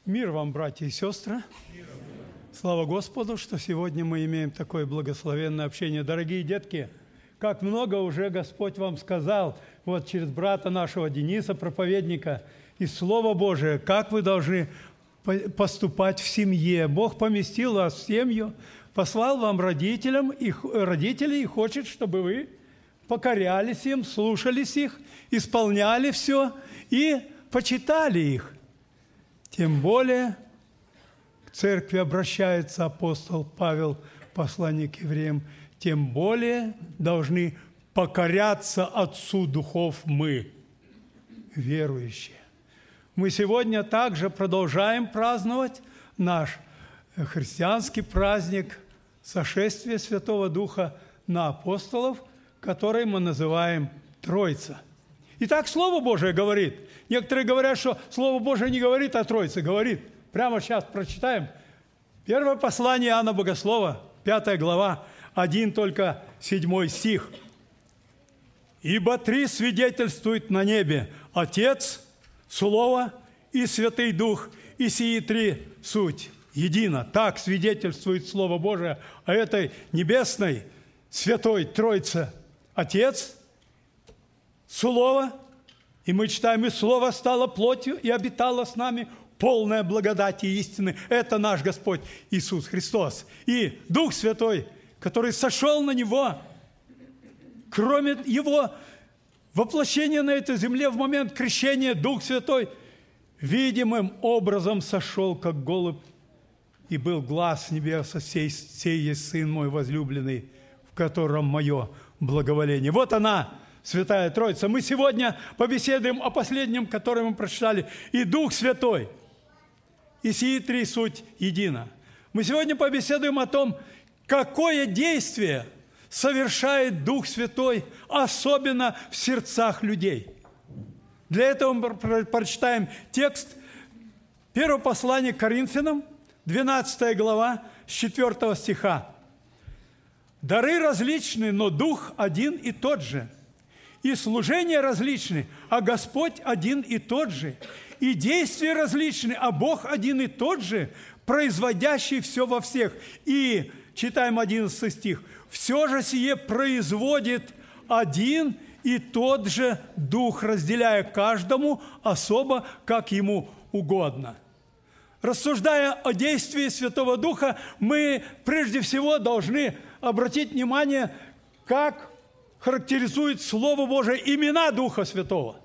Мир вам, братья и сестры! Слава Господу, что сегодня мы имеем такое благословенное общение. Дорогие детки, как много уже Господь вам сказал, вот через брата нашего Дениса, проповедника, и Слово Божие, как вы должны поступать в семье. Бог поместил вас в семью, послал вам родителей и хочет, чтобы вы покорялись им, слушались их, исполняли все и почитали их. Тем более к церкви обращается апостол Павел, посланник к евреям, тем более должны покоряться Отцу духов мы, верующие. Мы сегодня также продолжаем праздновать наш христианский праздник сошествия Святого Духа на апостолов, который мы называем Троица. Итак, Слово Божие говорит. Некоторые говорят, что Слово Божие не говорит о Троице, говорит. Прямо сейчас прочитаем. Первое послание Иоанна Богослова, 5 глава, 1 только 7 стих. «Ибо три свидетельствуют на небе: Отец, Слово и Святый Дух, и сии три суть едино». Так свидетельствует Слово Божие о этой небесной Святой Троице. Отец, Слово, и мы читаем, и Слово стало плотью и обитало с нами, полная благодати и истины. Это наш Господь Иисус Христос. И Дух Святой, который сошел на Него, кроме Его воплощения на этой земле в момент крещения, Дух Святой видимым образом сошел, как голубь, и был глас с небес: «Сей есть Сын мой возлюбленный, в котором мое благоволение». Вот она, Святая Троица. Мы сегодня побеседуем о последнем, который мы прочитали. И Дух Святой, и сии три суть едино. Мы сегодня побеседуем о том, какое действие совершает Дух Святой, особенно в сердцах людей. Для этого мы прочитаем текст первого послания к Коринфянам, 12 глава, с 4 стиха. «Дары различны, но Дух один и тот же. И служения различны, а Господь один и тот же. И действия различны, а Бог один и тот же, производящий все во всех». И читаем 11 стих. «Все же сие производит один и тот же Дух, разделяя каждому особо, как ему угодно». Рассуждая о действии Святого Духа, мы прежде всего должны обратить внимание, как характеризует Слово Божие имена Духа Святого.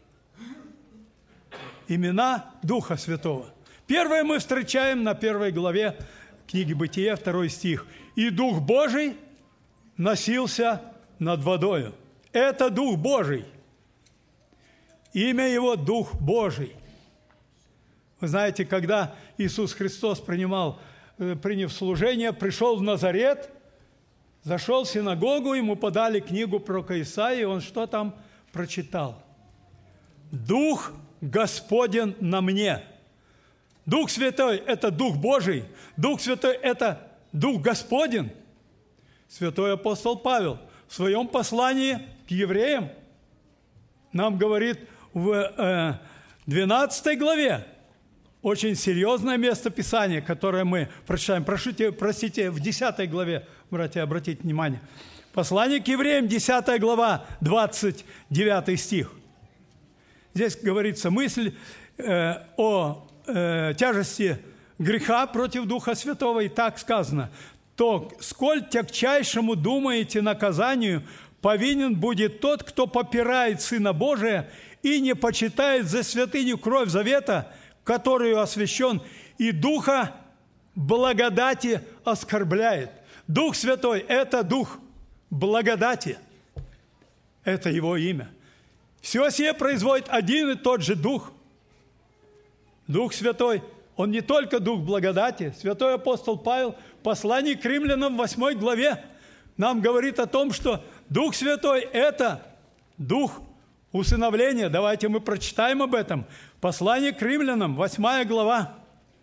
Имена Духа Святого. Первое мы встречаем на 1 главе книги Бытия, 2 стих. «И Дух Божий носился над водою». Это Дух Божий. Имя Его Дух Божий. Вы знаете, когда Иисус Христос приняв служение, пришел в Назарет, зашел в синагогу, ему подали книгу пророка Исаии, и он что там прочитал? «Дух Господен на мне». Дух Святой – это Дух Божий. Дух Святой – это Дух Господен. Святой апостол Павел в своем послании к евреям нам говорит в 12 главе, очень серьезное место Писания, которое мы прочитаем. Простите, в 10 главе, братья, обратите внимание. Послание к евреям, 10 глава, 29 стих. Здесь говорится мысль о тяжести греха против Духа Святого, и так сказано: «То, сколь тягчайшему думаете наказанию, повинен будет тот, кто попирает Сына Божия и не почитает за святыню кровь завета, которую освящен, и Духа благодати оскорбляет». Дух Святой – это Дух благодати. Это Его имя. Все сие производит один и тот же Дух. Дух Святой, Он не только Дух благодати. Святой апостол Павел в послании к римлянам в 8 главе нам говорит о том, что Дух Святой – это Дух усыновления. Давайте мы прочитаем об этом. Послание к римлянам, 8 глава,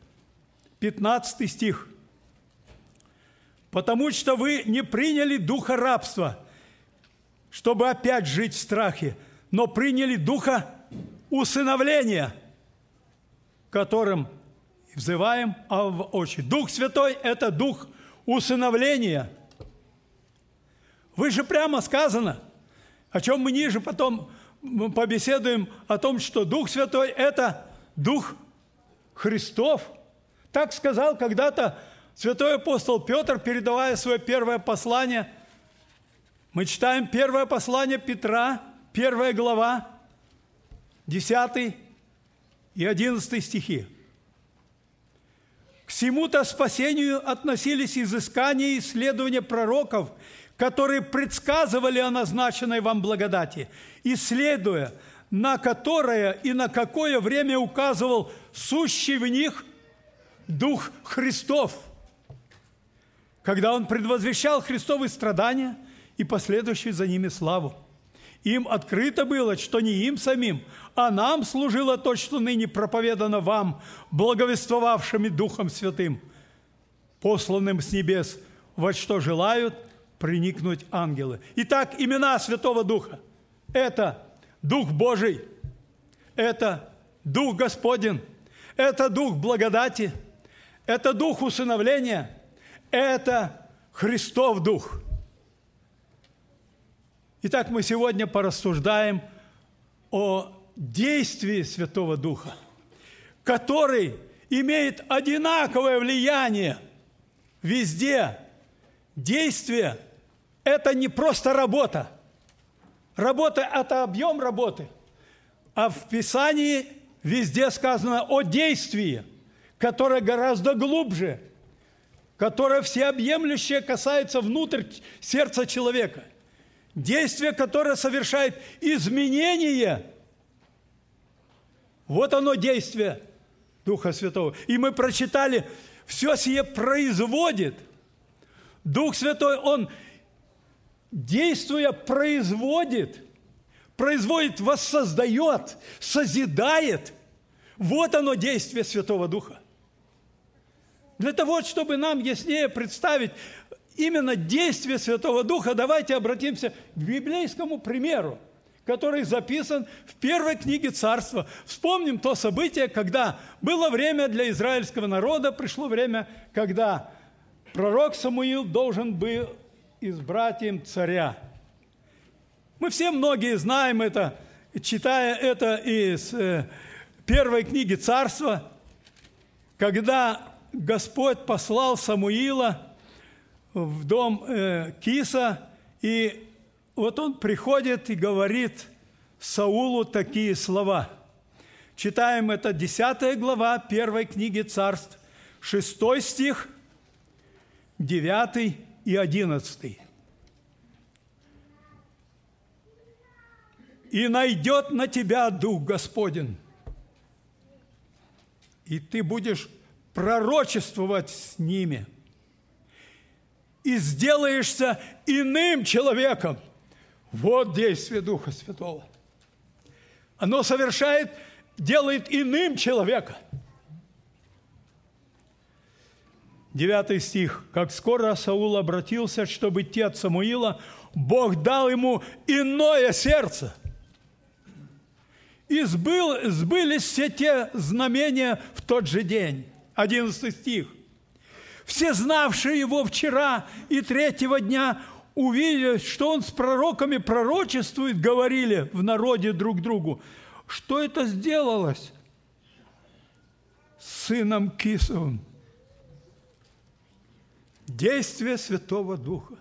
15 стих. «Потому что вы не приняли духа рабства, чтобы опять жить в страхе, но приняли духа усыновления, которым взываем Авва Отче. Дух Святой – это дух усыновления. Выше прямо сказано, о чем мы ниже потом побеседуем, о том, что Дух Святой – это Дух Христов. Так сказал когда-то святой апостол Петр, передавая свое первое послание. Мы читаем первое послание Петра, 1 глава, 10 и 11 стихи. «К сему-то спасению относились изыскания и исследования пророков, которые предсказывали о назначенной вам благодати, исследуя, на которое и на какое время указывал сущий в них Дух Христов, когда Он предвозвещал Христовы страдания и последующую за ними славу. Им открыто было, что не им самим, а нам служило то, что ныне проповедано вам, благовествовавшими Духом Святым, посланным с небес, во что желают приникнуть ангелы». Итак, имена Святого Духа – это Дух Божий, это Дух Господень, это Дух благодати, это Дух усыновления, это Христов Дух. Итак, мы сегодня порассуждаем о действии Святого Духа, который имеет одинаковое влияние везде. Действие – это не просто работа. Работа – это объем работы. А в Писании везде сказано о действии, которое гораздо глубже, которое всеобъемлющее касается внутрь сердца человека. Действие, которое совершает изменение. Вот оно действие Духа Святого. И мы прочитали, все сие производит. Дух Святой, Он, действуя, производит, воссоздает, созидает. Вот оно действие Святого Духа. Для того, чтобы нам яснее представить именно действие Святого Духа, давайте обратимся к библейскому примеру, который записан в первой книге Царства. Вспомним то событие, когда было время для израильского народа, пришло время, когда пророк Самуил должен был избрать им царя. Мы все многие знаем это, читая это из первой книги Царства, когда Господь послал Самуила в дом Киса, и вот он приходит и говорит Саулу такие слова. Читаем это 10 глава 1 книги Царств, 6 стих, 9 и 11. «И найдет на тебя Дух Господень, и ты будешь пророчествовать с ними, и сделаешься иным человеком». Вот действие Духа Святого. Оно делает иным человека. 9 стих. «Как скоро Саул обратился, чтобы идти от Самуила, Бог дал ему иное сердце. И сбылись все те знамения в тот же день». 11 стих. «Все знавшие его вчера и третьего дня, увидев, что он с пророками пророчествует, говорили в народе друг другу: что это сделалось с сыном Кисовым?» Действие Святого Духа.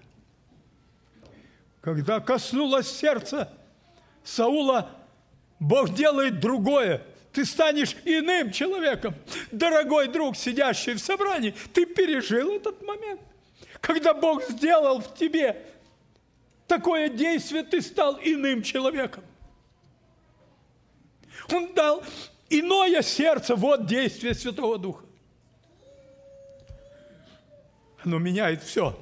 Когда коснулось сердца Саула, Бог делает другое. Ты станешь иным человеком. Дорогой друг, сидящий в собрании, ты пережил этот момент. Когда Бог сделал в тебе такое действие, ты стал иным человеком. Он дал иное сердце. Вот действие Святого Духа. Оно меняет все.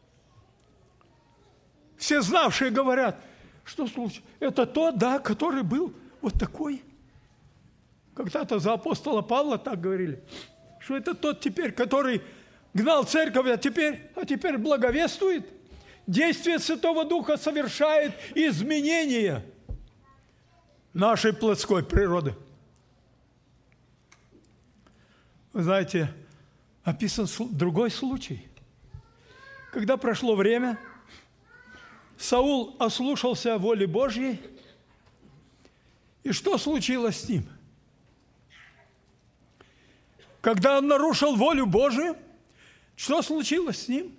Все знавшие говорят, что случилось. Это тот, да, который был вот такой. Когда-то за апостола Павла так говорили, что это тот теперь, который гнал церковь, а теперь благовествует. Действие Святого Духа совершает изменения нашей плотской природы. Вы знаете, описан другой случай. Когда прошло время, Саул ослушался воли Божьей, и что случилось с ним? Когда он нарушил волю Божию, что случилось с ним?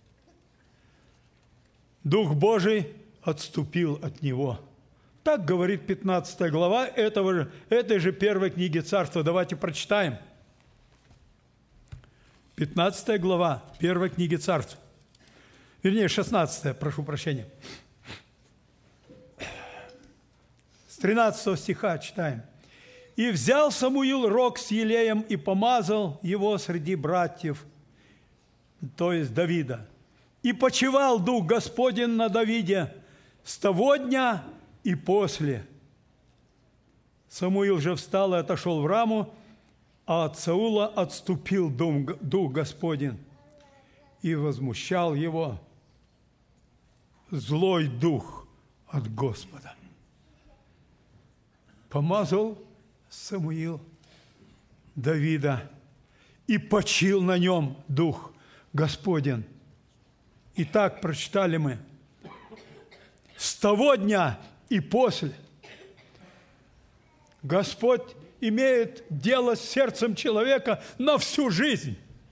Дух Божий отступил от него. Так говорит 15 глава этой же первой книги Царства. Давайте прочитаем. 15 глава первой книги Царств. Вернее, 16, прошу прощения. С 13 стиха читаем. «И взял Самуил рог с елеем и помазал его среди братьев, то есть Давида. И почивал Дух Господень на Давиде с того дня и после. Самуил же встал и отошел в Раму, а от Саула отступил Дух Господень и возмущал его злой дух от Господа». Помазал Самуил Давида, и почил на нем Дух Господень. И так прочитали мы. С того дня и после Господь имеет дело с сердцем человека на всю жизнь.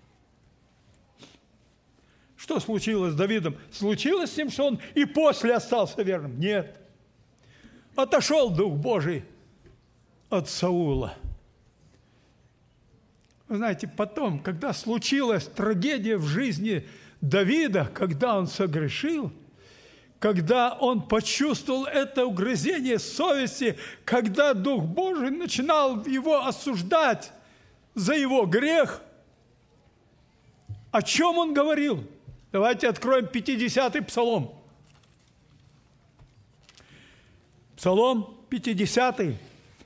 Что случилось с Давидом? Случилось с ним, что он и после остался верным? Нет. Отошел Дух Божий от Саула. Вы знаете, потом, когда случилась трагедия в жизни Давида, когда он согрешил, когда он почувствовал это угрызение совести, когда Дух Божий начинал его осуждать за его грех, о чем он говорил? Давайте откроем 50-й Псалом. Псалом 50-й,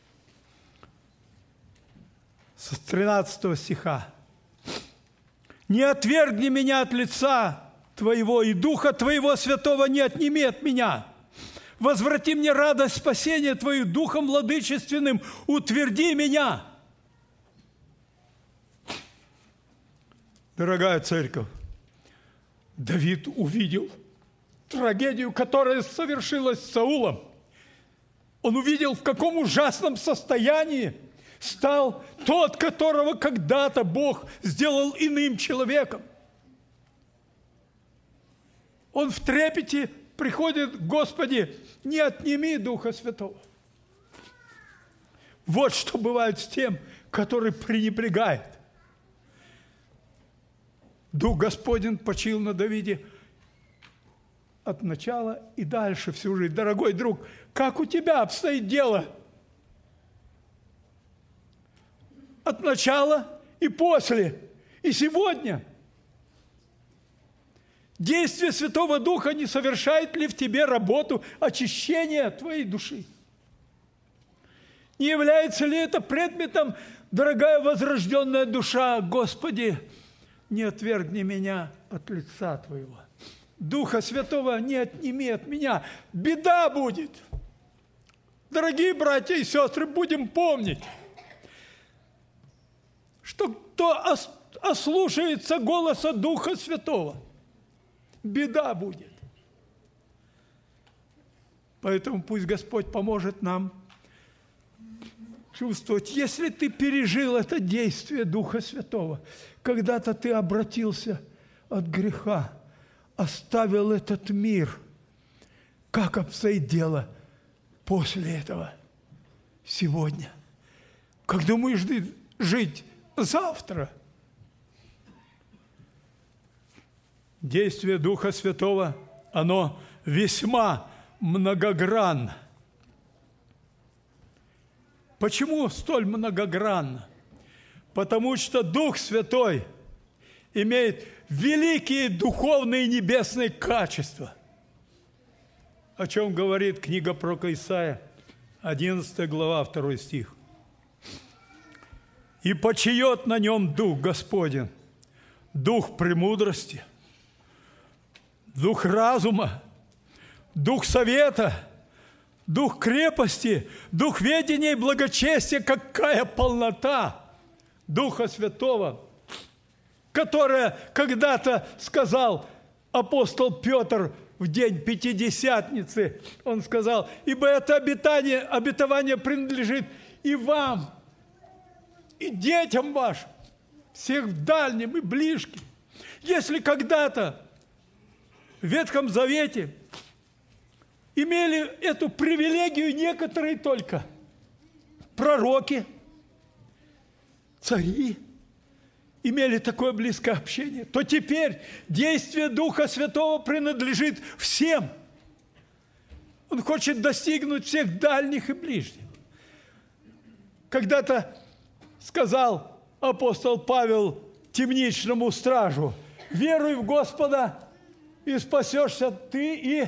с 13 стиха. «Не отвергни меня от лица Твоего, и Духа Твоего Святого не отними от меня. Возврати мне радость спасения Твою, Духом владычественным утверди меня». Дорогая церковь, Давид увидел трагедию, которая совершилась с Саулом. Он увидел, в каком ужасном состоянии стал тот, которого когда-то Бог сделал иным человеком. Он в трепете приходит: «Господи, не отними Духа Святого». Вот что бывает с тем, который пренебрегает. Дух Господень почил на Давиде от начала и дальше всю жизнь. Дорогой друг, как у тебя обстоит дело? От начала и после, и сегодня. Действие Святого Духа не совершает ли в тебе работу очищения твоей души? Не является ли это предметом, дорогая возрожденная душа? Господи, не отвергни меня от лица Твоего. Духа Святого не отними от меня. Беда будет. Дорогие братья и сестры, будем помнить, что кто ослушается голоса Духа Святого, беда будет. Поэтому пусть Господь поможет нам чувствовать, если ты пережил это действие Духа Святого, когда-то ты обратился от греха, оставил этот мир, как обстоит дело после этого сегодня? Как думаешь жить завтра? Действие Духа Святого, оно весьма многогранно. Почему столь многогранно? Потому что Дух Святой имеет великие духовные небесные качества, о чем говорит книга пророка Исаия, 11 глава, 2 стих. «И почиет на нем Дух Господень, Дух премудрости, Дух разума, Дух совета, Дух крепости, Дух ведения и благочестия». Какая полнота! Духа Святого, которое когда-то сказал апостол Петр в день Пятидесятницы. Он сказал: «Ибо это обетование принадлежит и вам, и детям вашим, всех в дальнем и ближнем». Если когда-то в Ветхом Завете имели эту привилегию некоторые только пророки, цари, имели такое близкое общение, то теперь действие Духа Святого принадлежит всем. Он хочет достигнуть всех дальних и ближних. Когда-то сказал апостол Павел темничному стражу: «Веруй в Господа, и спасешься ты и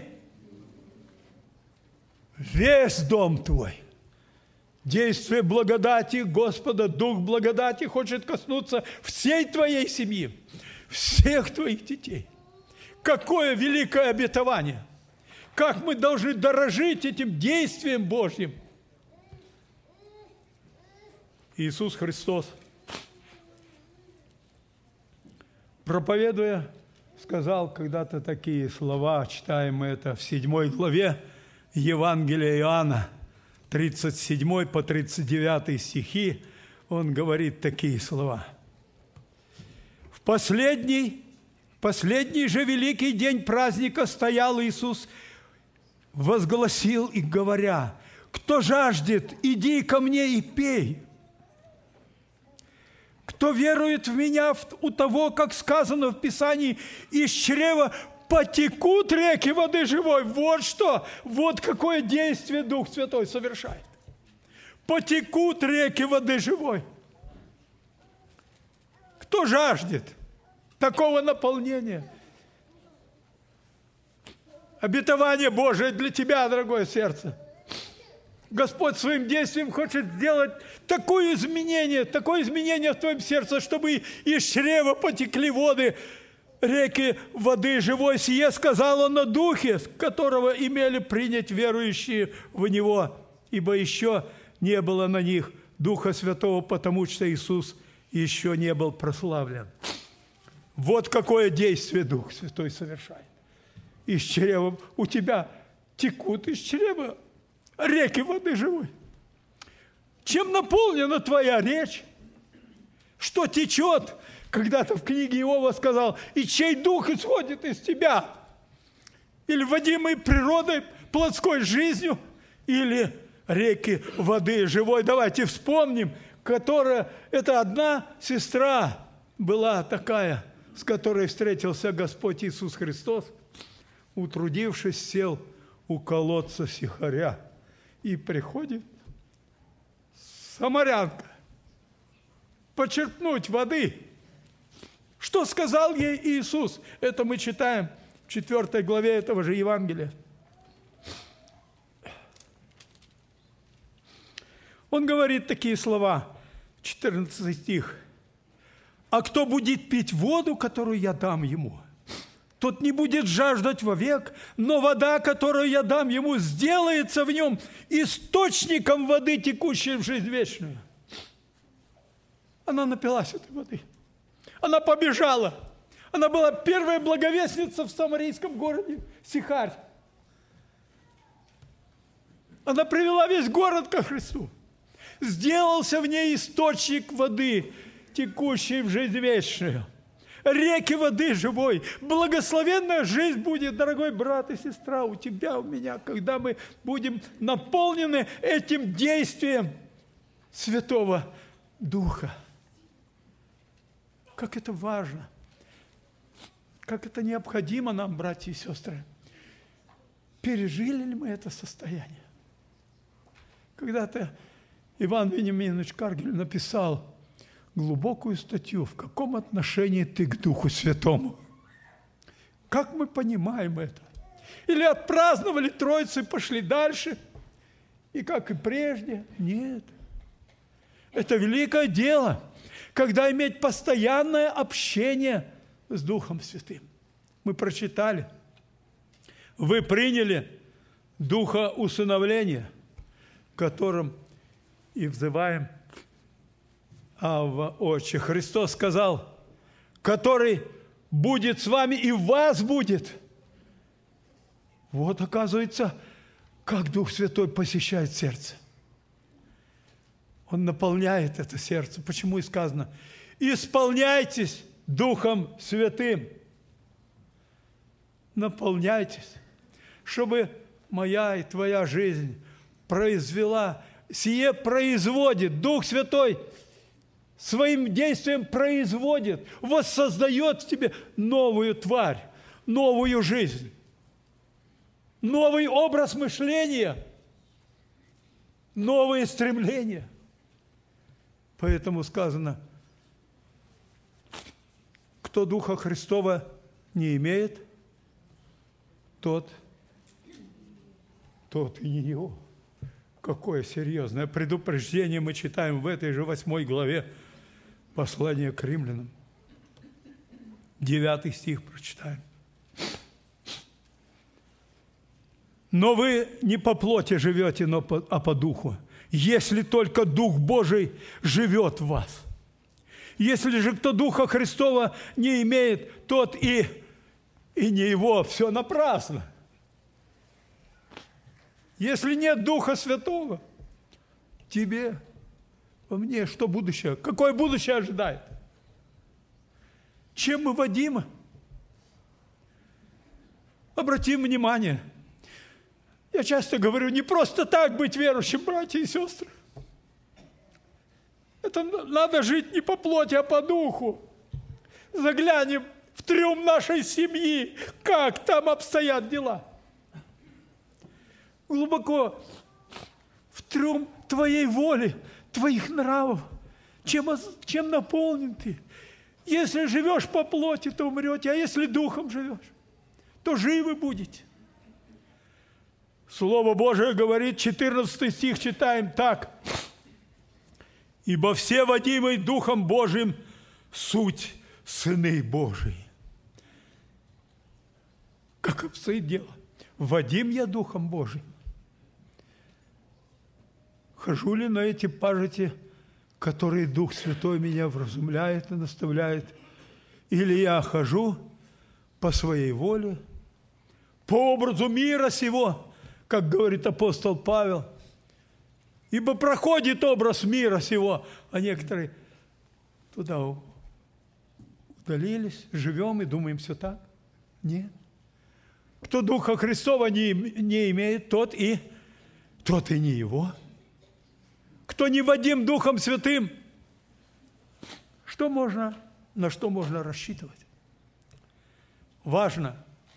весь дом твой». Действие благодати Господа, Дух благодати хочет коснуться всей твоей семьи, всех твоих детей. Какое великое обетование! Как мы должны дорожить этим действием Божьим! Иисус Христос, проповедуя, сказал когда-то такие слова, читаем мы это в 7 главе Евангелия Иоанна, 37 по 39 стихи, он говорит такие слова. В последний же великий день праздника стоял Иисус, возгласил и говоря: «Кто жаждет, иди ко мне и пей. Кто верует в Меня, у того, как сказано в Писании, из чрева потекут реки воды живой». Вот что, вот какое действие Дух Святой совершает. Потекут реки воды живой. Кто жаждет такого наполнения? Обетование Божие для тебя, дорогое сердце. Господь своим действием хочет сделать такое изменение в твоем сердце, чтобы из чрева потекли воды, реки воды живой. Сие сказал Он о Духе, которого имели принять верующие в Него, ибо еще не было на них Духа Святого, потому что Иисус еще не был прославлен. Вот какое действие Дух Святой совершает. Из чрева у тебя текут из чрева реки воды живой. Чем наполнена твоя речь? Что течет? Когда-то в книге Иова сказал: «И чей дух исходит из тебя?» Или водимый природой, плотской жизнью, или реки воды живой. Давайте вспомним, это одна сестра была такая, с которой встретился Господь Иисус Христос, утрудившись, сел у колодца Сихаря, и приходит самарянка почерпнуть воды. Что сказал ей Иисус? Это мы читаем в 4 главе этого же Евангелия. Он говорит такие слова, 14 стих. «А кто будет пить воду, которую я дам ему, тот не будет жаждать вовек, но вода, которую я дам ему, сделается в нем источником воды, текущей в жизнь вечную». Она напилась этой воды. Она побежала. Она была первая благовестница в самарийском городе Сихарь. Она привела весь город ко Христу. Сделался в ней источник воды, текущий в жизнь вечную. Реки воды живой. Благословенная жизнь будет, дорогой брат и сестра, у тебя, у меня, когда мы будем наполнены этим действием Святого Духа. Как это важно, как это необходимо нам, братья и сестры. Пережили ли мы это состояние? Когда-то Иван Вениаминович Каргель написал глубокую статью: «В каком отношении ты к Духу Святому?» Как мы понимаем это? Или отпраздновали Троицу и пошли дальше? И как и прежде? Нет. Это великое дело, когда иметь постоянное общение с Духом Святым. Мы прочитали: «Вы приняли Духа усыновления, которым и взываем: Авва, Отче. Христос сказал, который будет с вами и в вас будет. Вот, оказывается, как Дух Святой посещает сердце. Он наполняет это сердце. Почему и сказано, исполняйтесь Духом Святым. Наполняйтесь, чтобы моя и твоя жизнь произвела, сие производит, Дух Святой своим действием производит, воссоздает в тебе новую тварь, новую жизнь, новый образ мышления, новые стремления. Поэтому сказано, кто Духа Христова не имеет, тот и не его. Какое серьезное предупреждение мы читаем в этой же 8 главе послания к римлянам. 9 стих прочитаем. Но вы не по плоти живете, а по духу, если только Дух Божий живет в вас. Если же кто Духа Христова не имеет, тот и не его, все напрасно. Если нет Духа Святого, тебе, во мне, что будущее? Какое будущее ожидает? Чем мы водимы? Обратим внимание. Я часто говорю, не просто так быть верующим, братья и сестры. Это надо жить не по плоти, а по духу. Заглянем в трюм нашей семьи, как там обстоят дела. Глубоко в трюм твоей воли, твоих нравов. Чем наполнен ты? Если живешь по плоти, то умрете, а если духом живешь, то живы будете. Слово Божие говорит, 14 стих читаем так. «Ибо все, водимые Духом Божиим, суть сыны Божии». Как обстоит дело? Водим я Духом Божиим? Хожу ли на эти пажити, которые Дух Святой меня вразумляет и наставляет? Или я хожу по своей воле, по образу мира сего, как говорит апостол Павел? Ибо проходит образ мира сего, а некоторые туда удалились, живем и думаем все так. Нет. Кто Духа Христова не имеет, тот и не его. Кто не водим Духом Святым, на что можно рассчитывать? Важно,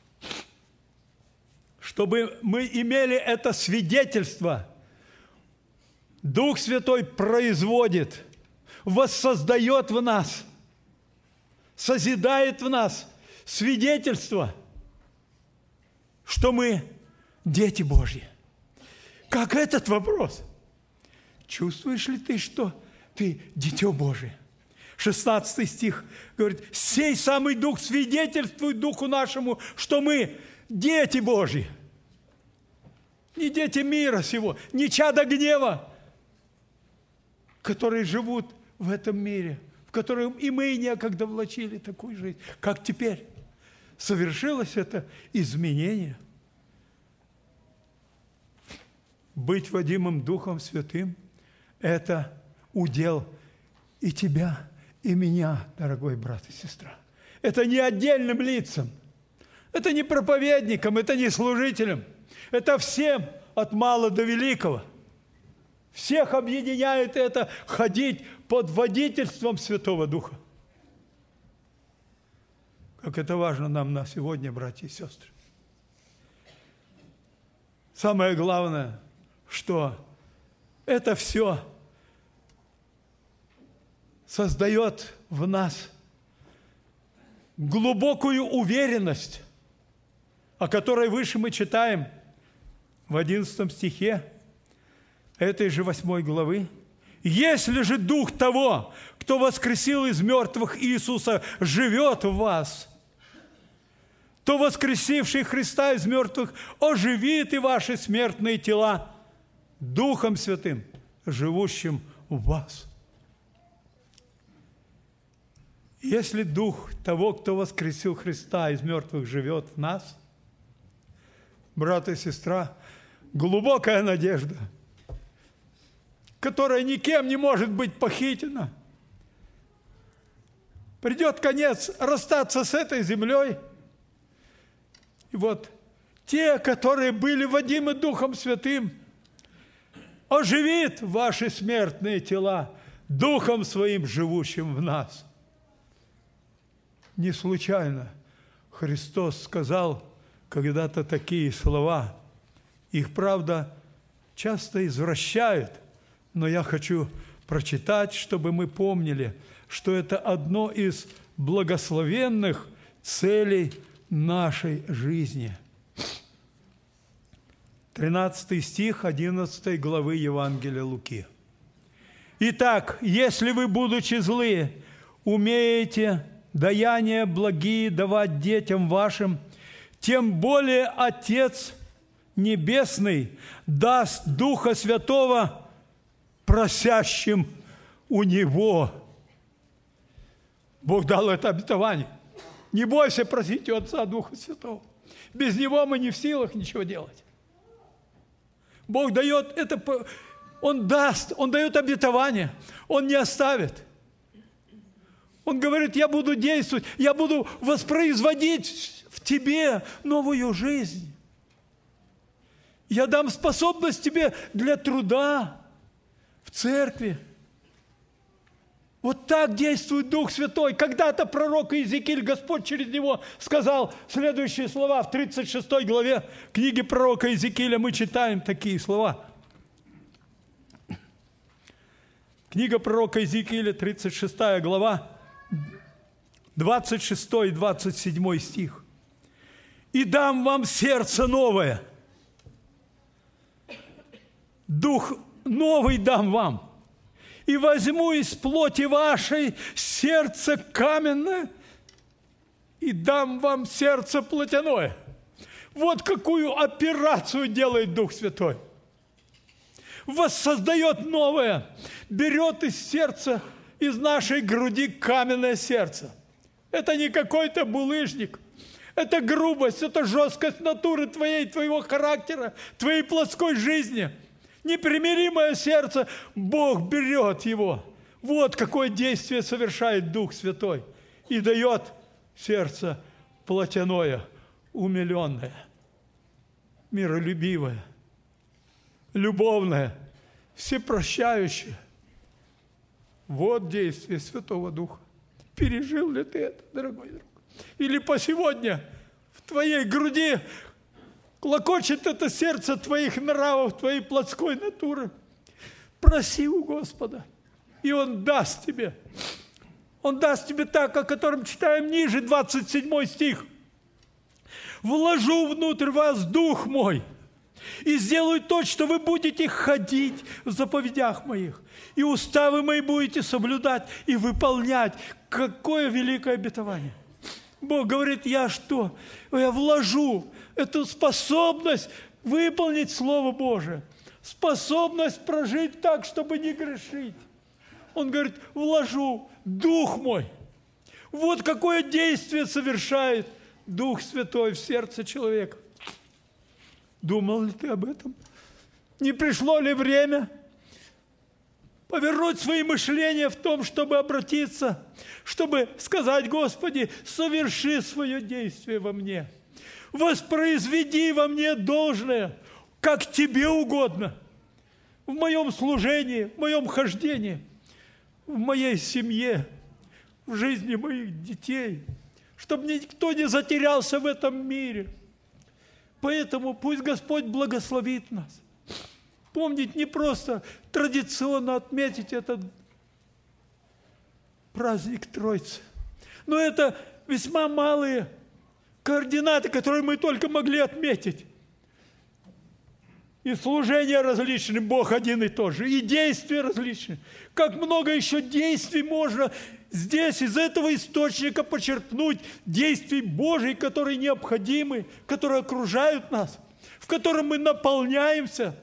чтобы мы имели это свидетельство. Дух Святой производит, воссоздает в нас, созидает в нас свидетельство, что мы дети Божьи. Как этот вопрос? Чувствуешь ли ты, что ты дитё Божие? 16 стих говорит, «Сей самый Дух свидетельствует Духу нашему, что мы дети Божьи». Не дети мира сего, не чада гнева, которые живут в этом мире, в котором и мы некогда влачили такую жизнь, как теперь. Совершилось это изменение. Быть водимым Духом Святым – это удел и тебя, и меня, дорогой брат и сестра. Это не отдельным лицам, это не проповедникам, это не служителям, это всем от мала до великого. Всех объединяет это ходить под водительством Святого Духа. Как это важно нам на сегодня, братья и сестры. Самое главное, что это все создает в нас глубокую уверенность, о которой выше мы читаем в 11 стихе этой же 8 главы. «Если же Дух того, кто воскресил из мертвых Иисуса, живет в вас, то воскресивший Христа из мертвых оживит и ваши смертные тела Духом Святым, живущим в вас». Если Дух того, кто воскресил Христа из мертвых, живет в нас, брат и сестра, глубокая надежда, которая никем не может быть похитена. Придет конец расстаться с этой землей. И вот те, которые были водимы Духом Святым, оживит ваши смертные тела Духом Своим, живущим в нас. Не случайно Христос сказал когда-то такие слова. Их, правда, часто извращают, но я хочу прочитать, чтобы мы помнили, что это одно из благословенных целей нашей жизни. 13 стих 11 главы Евангелия Луки. «Итак, если вы, будучи злые, умеете даяния благие давать детям вашим, тем более Отец Небесный даст Духа Святого просящим у Него». Бог дал это обетование. Не бойся просить у Отца Духа Святого. Без Него мы не в силах ничего делать. Бог дает это, Он даст, Он дает обетование, Он не оставит. Он говорит, я буду действовать, я буду воспроизводить в тебе новую жизнь. Я дам способность тебе для труда в церкви. Вот так действует Дух Святой. Когда-то пророк Иезекииль, Господь через него сказал следующие слова. В 36 главе книги пророка Иезекииля мы читаем такие слова. Книга пророка Иезекииля, 36 глава, 26 и 27 стих. «И дам вам сердце новое, дух новый дам вам, и возьму из плоти вашей сердце каменное, и дам вам сердце плотяное». Вот какую операцию делает Дух Святой. Воссоздает новое, берет из сердца, из нашей груди каменное сердце. Это не какой-то булыжник, это грубость, это жесткость натуры твоей, твоего характера, твоей плотской жизни. Непримиримое сердце, Бог берет его. Вот какое действие совершает Дух Святой. И дает сердце плотяное, умиленное, миролюбивое, любовное, всепрощающее. Вот действие Святого Духа. Пережил ли ты это, дорогой друг? Или по сегодня в твоей груди клокочет это сердце твоих нравов, твоей плотской натуры? Проси у Господа, и Он даст тебе. Он даст тебе так, о котором читаем ниже, 27 стих. «Вложу внутрь вас Дух Мой, и сделаю то, что вы будете ходить в заповедях Моих, и уставы Мои будете соблюдать и выполнять». Какое великое обетование! Бог говорит, я что? Я вложу эту способность выполнить Слово Божие, способность прожить так, чтобы не грешить. Он говорит, вложу Дух Мой. Вот какое действие совершает Дух Святой в сердце человека. Думал ли ты об этом? Не пришло ли время повернуть свои мышления в том, чтобы обратиться, чтобы сказать, Господи, соверши свое действие во мне, воспроизведи во мне должное, как Тебе угодно, в моем служении, в моем хождении, в моей семье, в жизни моих детей, чтобы никто не затерялся в этом мире. Поэтому пусть Господь благословит нас. Помнить не просто традиционно отметить этот праздник Троицы, но это весьма малые координаты, которые мы только могли отметить. И служения различные, Бог один и тот же, и действия различные. Как много еще действий можно здесь из этого источника почерпнуть, действий Божьих, которые необходимы, которые окружают нас, в котором мы наполняемся.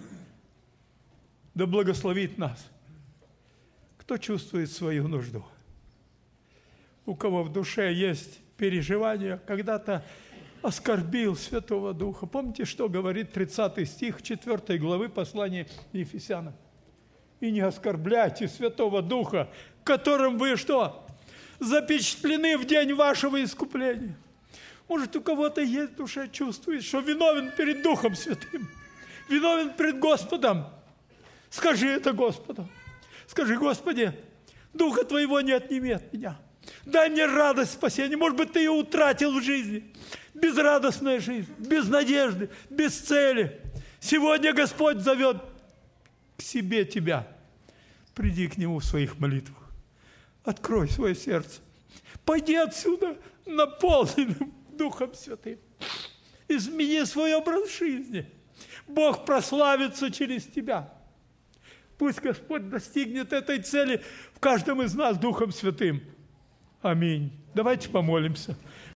Да благословит нас, кто чувствует свою нужду. у кого в душе есть переживания, когда-то оскорбил Святого Духа. Помните, что говорит 30 стих 4 главы послания Ефесянам? «И не оскорбляйте Святого Духа, которым вы что? Запечатлены в день вашего искупления». Может, у кого-то есть в душе, чувствует, что виновен перед Духом Святым, виновен перед Господом. Скажи это Господу. Скажи: Господи, Духа Твоего не отними от меня. Дай мне радость спасения. Может быть, ты ее утратил в жизни. Безрадостная жизнь, без надежды, без цели. Сегодня Господь зовет к себе тебя. Приди к Нему в своих молитвах. Открой свое сердце. Пойди отсюда наполненным Духом Святым. Измени свой образ жизни. Бог прославится через тебя. Пусть Господь достигнет этой цели в каждом из нас Духом Святым. Аминь. Давайте помолимся.